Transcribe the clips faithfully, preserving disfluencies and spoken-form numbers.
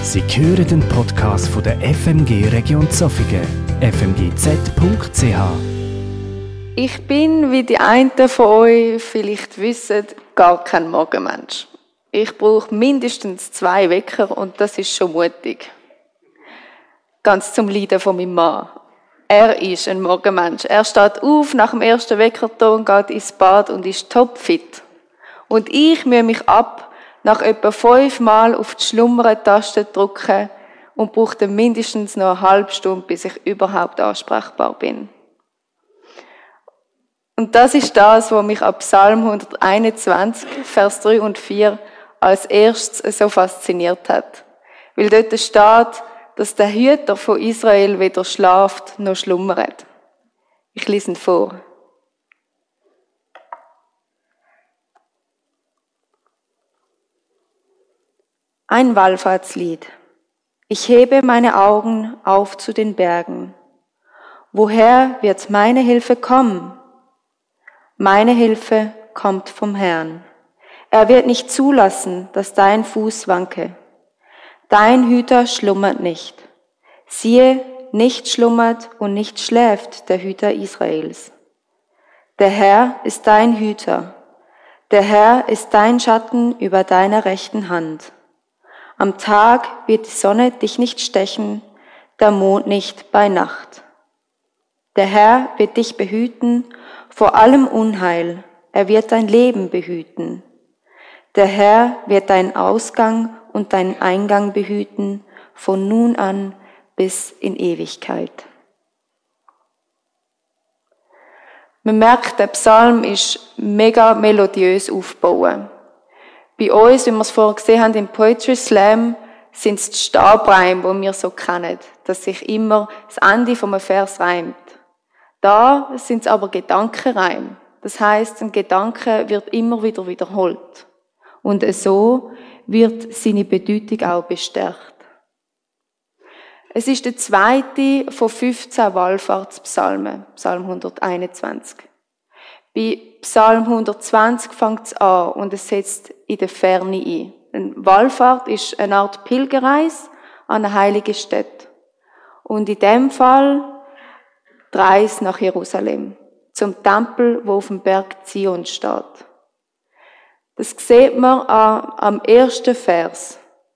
Sie hören den Podcast von der F M G Region Zofingen, f m g z punkt c h. Ich bin, wie die einen von euch vielleicht wissen, gar kein Morgenmensch. Ich brauche mindestens zwei Wecker und das ist schon mutig. Ganz zum Leiden von meinem Mann. Er ist ein Morgenmensch. Er steht auf nach dem ersten Weckerton, geht ins Bad und ist topfit. Und ich mühe mich ab, nach etwa fünfmal auf die Schlummern-Taste drücken und brauche dann mindestens noch eine halbe Stunde, bis ich überhaupt ansprechbar bin. Und das ist das, was mich ab Psalm hunderteinundzwanzig, Vers drei und vier als erstes so fasziniert hat. Weil dort steht, dass der Hüter von Israel weder schlaft noch schlummert. Ich lese ihn vor. Ein Wallfahrtslied. Ich hebe meine Augen auf zu den Bergen. Woher wird meine Hilfe kommen? Meine Hilfe kommt vom Herrn. Er wird nicht zulassen, dass dein Fuß wanke. Dein Hüter schlummert nicht. Siehe, nicht schlummert und nicht schläft der Hüter Israels. Der Herr ist dein Hüter. Der Herr ist dein Schatten über deiner rechten Hand. Am Tag wird die Sonne dich nicht stechen, der Mond nicht bei Nacht. Der Herr wird dich behüten vor allem Unheil, er wird dein Leben behüten. Der Herr wird deinen Ausgang und deinen Eingang behüten, von nun an bis in Ewigkeit. Man merkt, der Psalm ist mega melodiös aufgebaut. Bei uns, wie wir es vorher gesehen haben, im Poetry Slam, sind es die Stabreime, die wir so kennen, dass sich immer das Ende vom Vers reimt. Da sind es aber Gedankenreime. Das heisst, ein Gedanke wird immer wieder wiederholt. Und so wird seine Bedeutung auch bestärkt. Es ist der zweite von fünfzehn Wallfahrtspsalmen, Psalm hunderteinundzwanzig. Bei Psalm hundertzwanzig fängt es an und es setzt in der Ferne ein. Eine Wallfahrt ist eine Art Pilgerreise an eine heilige Stätte. Und in dem Fall die Reise nach Jerusalem, zum Tempel, wo auf dem Berg Zion steht. Das sieht man am ersten Vers.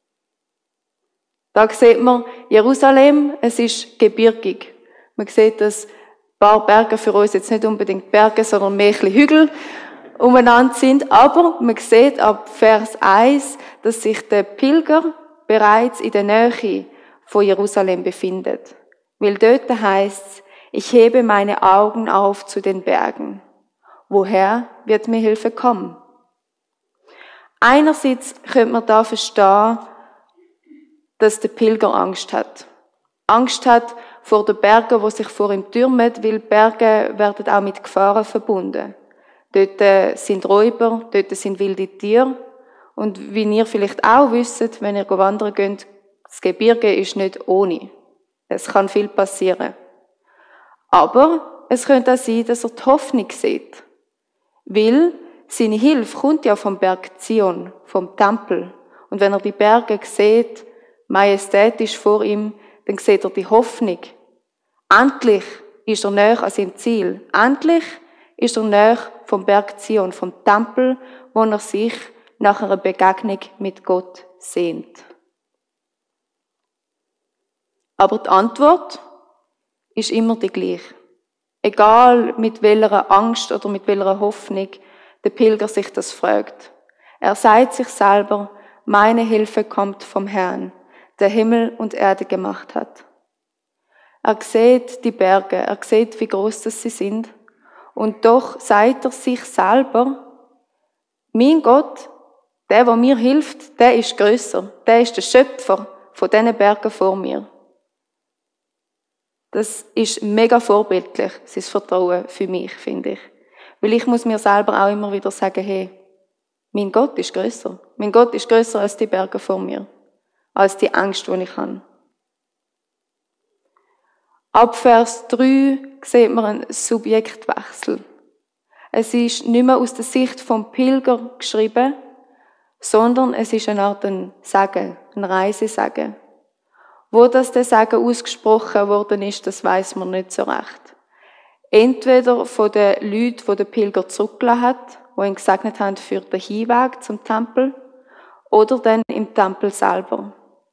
Da sieht man Jerusalem, es ist gebirgig. Man sieht, dass ein paar Berge für uns jetzt nicht unbedingt Berge, sondern mehr ein bisschen Hügel umeinander sind. Aber man sieht ab Vers eins, dass sich der Pilger bereits in der Nähe von Jerusalem befindet. Weil dort heisst es, ich hebe meine Augen auf zu den Bergen. Woher wird mir Hilfe kommen? Einerseits könnte man da verstehen, dass der Pilger Angst hat. Angst hat vor den Bergen, die sich vor ihm türmen, weil Berge werden auch mit Gefahren verbunden. Dort sind Räuber, dort sind wilde Tiere. Und wie ihr vielleicht auch wisst, wenn ihr wandern geht, das Gebirge ist nicht ohne. Es kann viel passieren. Aber es könnte auch sein, dass er die Hoffnung sieht. Weil seine Hilfe kommt ja vom Berg Zion, vom Tempel. Und wenn er die Berge sieht, majestätisch vor ihm, dann sieht er die Hoffnung. Endlich ist er näher an seinem Ziel. Endlich ist er näher vom Berg Zion, vom Tempel, wo er sich nach einer Begegnung mit Gott sehnt. Aber die Antwort ist immer die gleiche. Egal mit welcher Angst oder mit welcher Hoffnung der Pilger sich das fragt. Er sagt sich selber, meine Hilfe kommt vom Herrn, der Himmel und Erde gemacht hat. Er sieht die Berge, er sieht, wie groß sie sind. Und doch sagt er sich selber, mein Gott, der, der mir hilft, der ist grösser, der ist der Schöpfer von diesen Bergen vor mir. Das ist mega vorbildlich, sein Vertrauen für mich, finde ich. Weil ich muss mir selber auch immer wieder sagen, hey, mein Gott ist grösser. Mein Gott ist grösser als die Berge vor mir. Als die Angst, die ich habe. Ab Vers drei sieht man einen Subjektwechsel. Es ist nicht mehr aus der Sicht vom Pilger geschrieben, sondern es ist eine Art ein Sagen, ein Reisesagen. Wo das der Sagen ausgesprochen worden ist, das weiß man nicht so recht. Entweder von den Leuten, die der Pilger zurückgelassen hat, die ihn gesegnet haben für den Hinweg zum Tempel, oder dann im Tempel selber.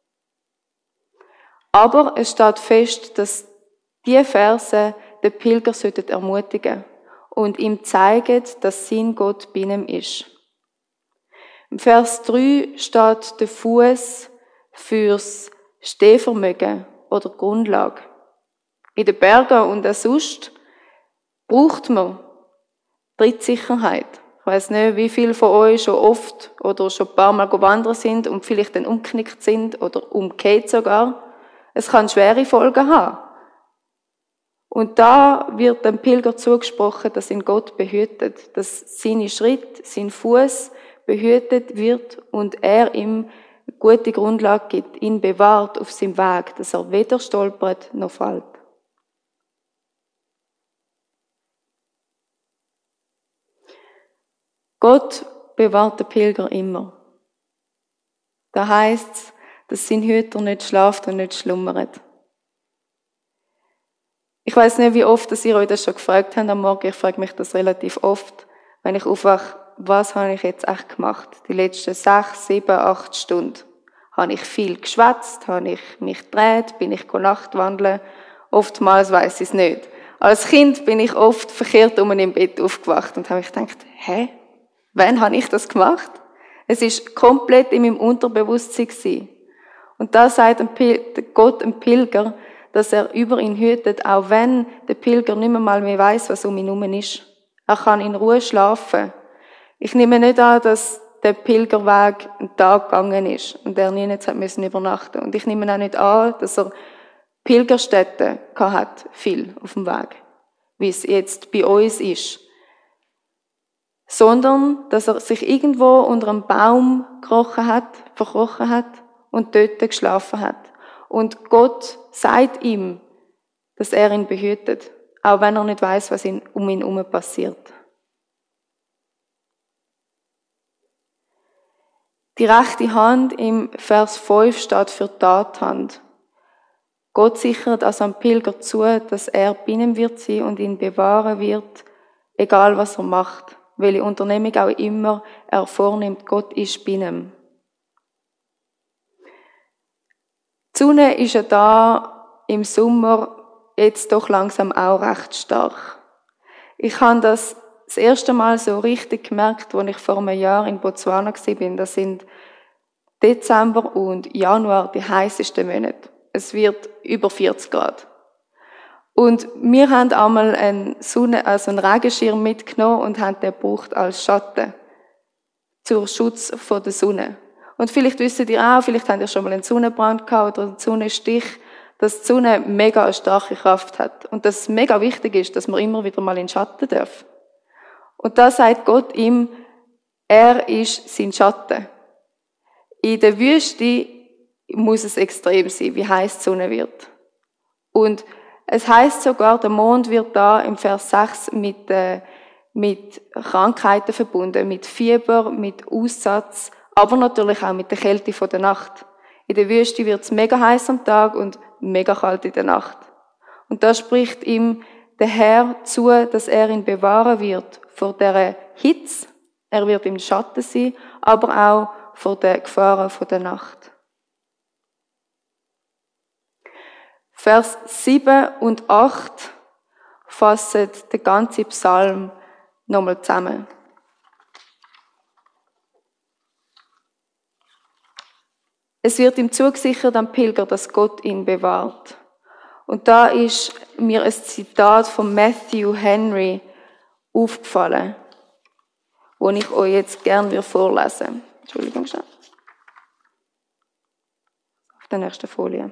Aber es steht fest, dass diese Verse den Pilger ermutigen sollten und ihm zeigen, dass sein Gott bei ihm ist. Im Vers drei steht der Fuß fürs Stehvermögen oder Grundlage. In den Bergen und auch sonst braucht man Trittsicherheit. Ich weiss nicht, wie viele von euch schon oft oder schon ein paar Mal gewandert sind und vielleicht dann umgeknickt sind oder umgekehrt sogar. Es kann schwere Folgen haben. Und da wird dem Pilger zugesprochen, dass ihn Gott behütet, dass seine Schritt, sein Fuß behütet wird und er ihm eine gute Grundlage gibt, ihn bewahrt auf seinem Weg, dass er weder stolpert noch fällt. Gott bewahrt den Pilger immer. Da heisst es, dass sein Hüter nicht schlaft und nicht schlummert. Ich weiss nicht, wie oft dass ihr euch das schon gefragt habt am Morgen. Ich frage mich das relativ oft, wenn ich aufwache, was habe ich jetzt echt gemacht? Die letzten sechs, sieben, acht Stunden. Habe ich viel geschwätzt? Habe ich mich gedreht? Bin ich Nachtwandeln? Oftmals weiss ich es nicht. Als Kind bin ich oft verkehrt um im Bett aufgewacht und habe mich gedacht, hä? Wann habe ich das gemacht? Es ist komplett in meinem Unterbewusstsein gewesen. Und da sagt Gott dem Pilger, dass er über ihn hütet, auch wenn der Pilger nicht mehr mal mehr weiss, was um ihn herum ist. Er kann in Ruhe schlafen. Ich nehme nicht an, dass der Pilgerweg einen Tag gegangen ist und er nie jetzt hat müssen übernachten. Und ich nehme auch nicht an, dass er Pilgerstätten hat, viel auf dem Weg, wie es jetzt bei uns ist. Sondern, dass er sich irgendwo unter einem Baum gekrochen hat, verkrochen hat und dort geschlafen hat. Und Gott sagt ihm, dass er ihn behütet, auch wenn er nicht weiß, was ihn, um ihn herum passiert. Die rechte Hand im Vers fünf steht für die Tathand. Gott sichert also am Pilger zu, dass er bei ihm wird sein und ihn bewahren wird, egal was er macht. Welche Unternehmung auch immer er vornimmt, Gott ist bei ihm. Die Sonne ist ja da im Sommer jetzt doch langsam auch recht stark. Ich habe das das erste Mal so richtig gemerkt, als ich vor einem Jahr in Botswana war. Das sind Dezember und Januar die heißesten Monate. Es wird über vierzig Grad. Und wir haben einmal einen, Sonne, also einen Regenschirm mitgenommen und haben den gebraucht als Schatten zur Schutz vor der Sonne. Und vielleicht wisst ihr auch, vielleicht habt ihr schon mal einen Sonnenbrand gehabt oder einen Sonnenstich, dass die Sonne mega eine starke Kraft hat. Und dass es mega wichtig ist, dass man immer wieder mal in den Schatten darf. Und da sagt Gott ihm, er ist sein Schatten. In der Wüste muss es extrem sein, wie heiß die Sonne wird. Und es heißt sogar, der Mond wird da im Vers sechs mit, äh, mit Krankheiten verbunden, mit Fieber, mit Aussatz, aber natürlich auch mit der Kälte von der Nacht. In der Wüste wird es mega heiß am Tag und mega kalt in der Nacht. Und da spricht ihm der Herr zu, dass er ihn bewahren wird vor der Hitze. Er wird im Schatten sein, aber auch vor den Gefahren von der Nacht. Vers sieben und acht fassen den ganzen Psalm nochmal zusammen. Es wird ihm zugesichert am Pilger, dass Gott ihn bewahrt. Und da ist mir ein Zitat von Matthew Henry aufgefallen, das ich euch jetzt gerne vorlesen würde. Entschuldigung, schnell. Auf der nächsten Folie.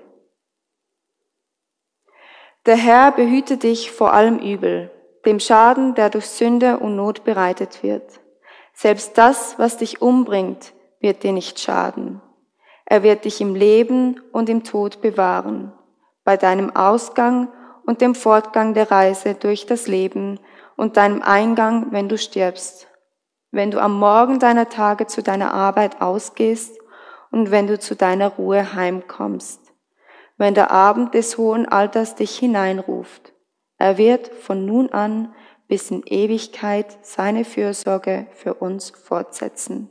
Der Herr behüte dich vor allem Übel, dem Schaden, der durch Sünde und Not bereitet wird. Selbst das, was dich umbringt, wird dir nicht schaden. Er wird dich im Leben und im Tod bewahren, bei deinem Ausgang und dem Fortgang der Reise durch das Leben und deinem Eingang, wenn du stirbst. wenn du am Morgen deiner Tage zu deiner Arbeit ausgehst und wenn du zu deiner Ruhe heimkommst, wenn der Abend des hohen Alters dich hineinruft. Er wird von nun an bis in Ewigkeit seine Fürsorge für uns fortsetzen.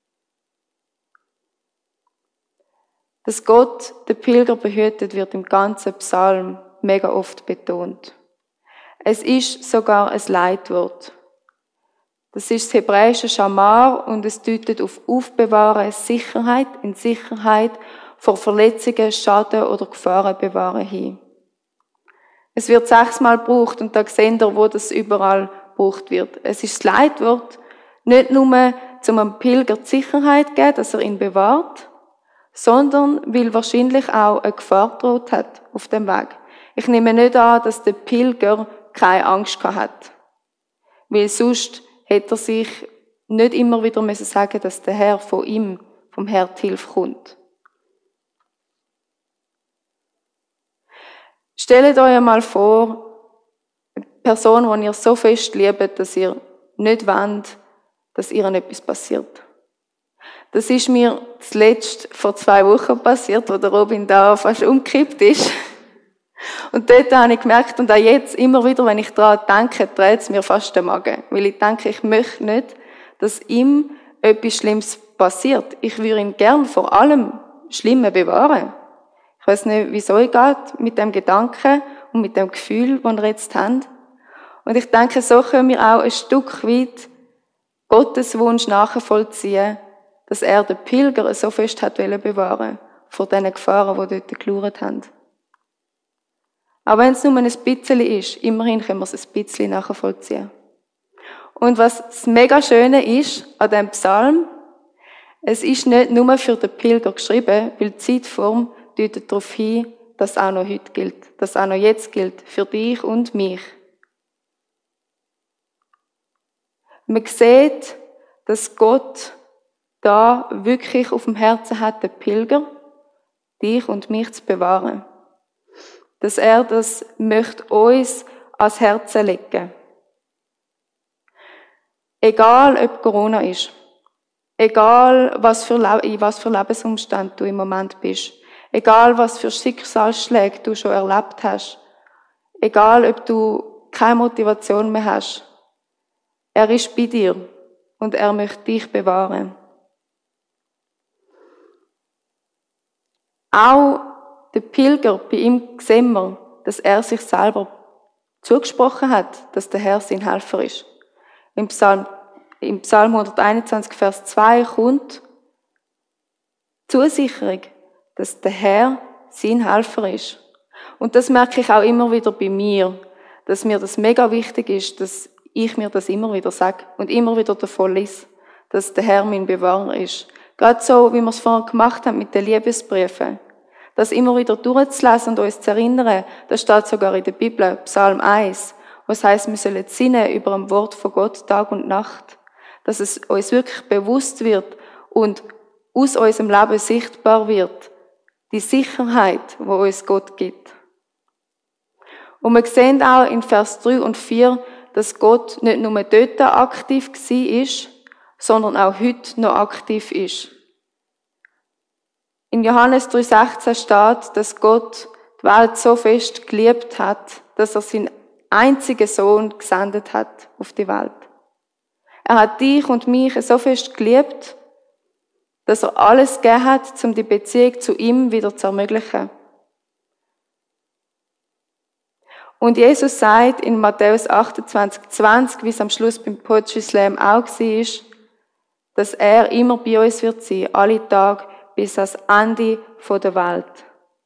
Dass Gott den Pilger behütet, wird im ganzen Psalm mega oft betont. Es ist sogar ein Leitwort. Das ist das hebräische Schamar und es deutet auf Aufbewahren, Sicherheit, in Sicherheit vor Verletzungen, Schaden oder Gefahren bewahren hin. Es wird sechsmal gebraucht und da sehen wir, wo das überall gebraucht wird. Es ist das Leitwort nicht nur, um einem Pilger die Sicherheit zu geben, dass er ihn bewahrt, sondern weil wahrscheinlich auch eine Gefahr droht hat auf dem Weg. Ich nehme nicht an, dass der Pilger keine Angst gehabt hat. Weil sonst hätte er sich nicht immer wieder müssen sagen, dass der Herr von ihm, vom Herr die Hilfe kommt. Stellt euch einmal vor, eine Person, die ihr so fest liebt, dass ihr nicht wollt, dass ihr etwas passiert. Das ist mir zuletzt vor zwei Wochen passiert, wo der Robin da fast umgekippt ist. Und dort habe ich gemerkt, und auch jetzt immer wieder, wenn ich daran denke, dreht es mir fast den Magen. Weil ich denke, ich möchte nicht, dass ihm etwas Schlimmes passiert. Ich würde ihn gern vor allem Schlimmen bewahren. Ich weiß nicht, wie es euch geht mit dem Gedanken und mit dem Gefühl, das wir jetzt haben. Und ich denke, so können wir auch ein Stück weit Gottes Wunsch nachvollziehen, dass er den Pilger so fest hat bewahren vor diesen Gefahren, die dort gelauert haben. Aber wenn es nur ein bisschen ist, immerhin können wir es ein bisschen nachvollziehen. Und was das mega Schöne ist an diesem Psalm, es ist nicht nur für den Pilger geschrieben, weil die Zeitform deutet darauf hin, dass es auch noch heute gilt, dass es auch noch jetzt gilt, für dich und mich. Man sieht, dass Gott da wirklich auf dem Herzen hat, den Pilger, dich und mich zu bewahren. Dass er das möchte uns ans Herz legen. Egal, ob Corona ist, egal, was für, in was für Lebensumständen du im Moment bist, egal, was für Schicksalsschläge du schon erlebt hast, egal, ob du keine Motivation mehr hast, er ist bei dir und er möchte dich bewahren. Auch der Pilger, bei ihm sehen wir, dass er sich selber zugesprochen hat, dass der Herr sein Helfer ist. Im Psalm, im Psalm hunderteinundzwanzig, Vers zwei kommt die Zusicherung, dass der Herr sein Helfer ist. Und das merke ich auch immer wieder bei mir, dass mir das mega wichtig ist, dass ich mir das immer wieder sage und immer wieder davon lese, dass der Herr mein Bewahrer ist. Gerade so, wie wir es vorhin gemacht haben mit den Liebesbriefen. Das immer wieder durchzulesen und uns zu erinnern, das steht sogar in der Bibel, Psalm eins, was heisst, wir sollen sinnen über ein Wort von Gott Tag und Nacht, dass es uns wirklich bewusst wird und aus unserem Leben sichtbar wird, die Sicherheit, die uns Gott gibt. Und wir sehen auch in Vers drei und vier, dass Gott nicht nur dort aktiv war, sondern auch heute noch aktiv ist. In Johannes drei sechzehn steht, dass Gott die Welt so fest geliebt hat, dass er seinen einzigen Sohn gesendet hat auf die Welt. Er hat dich und mich so fest geliebt, dass er alles gegeben hat, um die Beziehung zu ihm wieder zu ermöglichen. Und Jesus sagt in Matthäus achtundzwanzig zwanzig, wie es am Schluss beim Poetry Slam auch war, dass er immer bei uns wird sein, alle Tage bis ans Ende der Welt.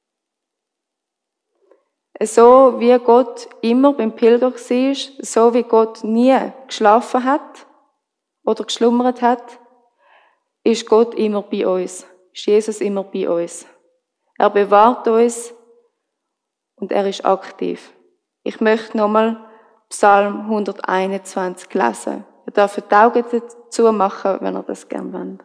So wie Gott immer beim Pilger war, so wie Gott nie geschlafen hat oder geschlummert hat, ist Gott immer bei uns, ist Jesus immer bei uns. Er bewahrt uns und er ist aktiv. Ich möchte nochmal Psalm hunderteinundzwanzig lesen. Ihr dürft die Augen dazu machen, wenn ihr das gerne wollt.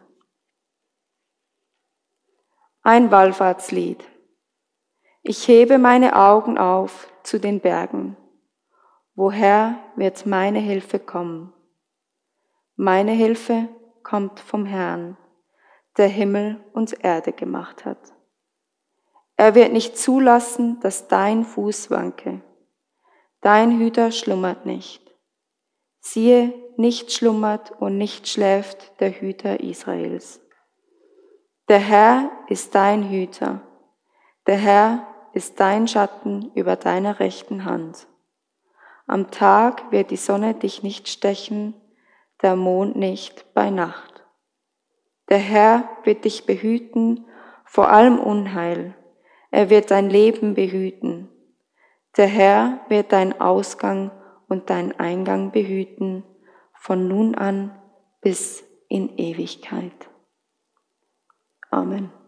Ein Wallfahrtslied. Ich hebe meine Augen auf zu den Bergen. Woher wird meine Hilfe kommen? Meine Hilfe kommt vom Herrn, der Himmel und Erde gemacht hat. Er wird nicht zulassen, dass dein Fuß wanke. Dein Hüter schlummert nicht. Siehe, nicht schlummert und nicht schläft der Hüter Israels. Der Herr ist dein Hüter. Der Herr ist dein Schatten über deiner rechten Hand. Am Tag wird die Sonne dich nicht stechen, der Mond nicht bei Nacht. Der Herr wird dich behüten vor allem Unheil. Er wird dein Leben behüten. Der Herr wird deinen Ausgang und deinen Eingang behüten, von nun an bis in Ewigkeit. Amen.